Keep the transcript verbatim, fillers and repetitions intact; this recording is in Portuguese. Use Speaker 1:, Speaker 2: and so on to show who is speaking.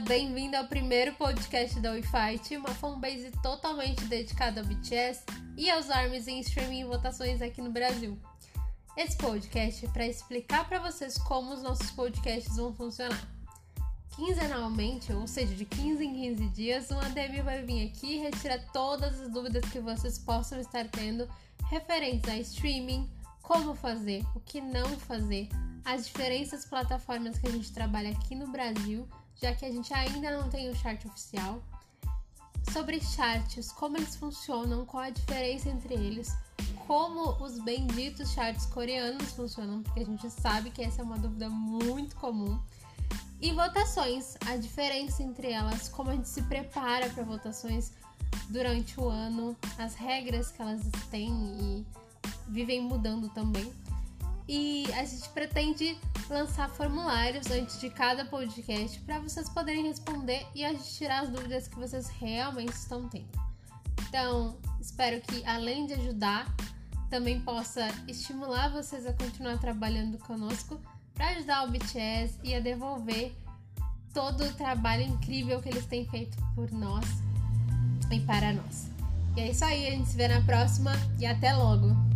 Speaker 1: bem-vindo ao primeiro podcast da WeFight, uma fanbase totalmente dedicada ao B T S e aos ARMYs em streaming e votações aqui no Brasil. Esse podcast é para explicar para vocês como os nossos podcasts vão funcionar. Quinzenalmente, ou seja, de quinze em quinze dias, um A D M vai vir aqui e retirar todas as dúvidas que vocês possam estar tendo referentes a streaming, como fazer, o que não fazer, as diferentes plataformas que a gente trabalha aqui no Brasil, já que a gente ainda não tem o chart oficial, sobre charts, como eles funcionam, qual a diferença entre eles, como os benditos charts coreanos funcionam, porque a gente sabe que essa é uma dúvida muito comum, e votações, a diferença entre elas, como a gente se prepara para votações durante o ano, as regras que elas têm e vivem mudando também. E a gente pretende lançar formulários antes de cada podcast para vocês poderem responder e a gente tirar as dúvidas que vocês realmente estão tendo. Então, espero que, além de ajudar, também possa estimular vocês a continuar trabalhando conosco para ajudar o B T S e a devolver todo o trabalho incrível que eles têm feito por nós e para nós. E é isso aí, a gente se vê na próxima e até logo!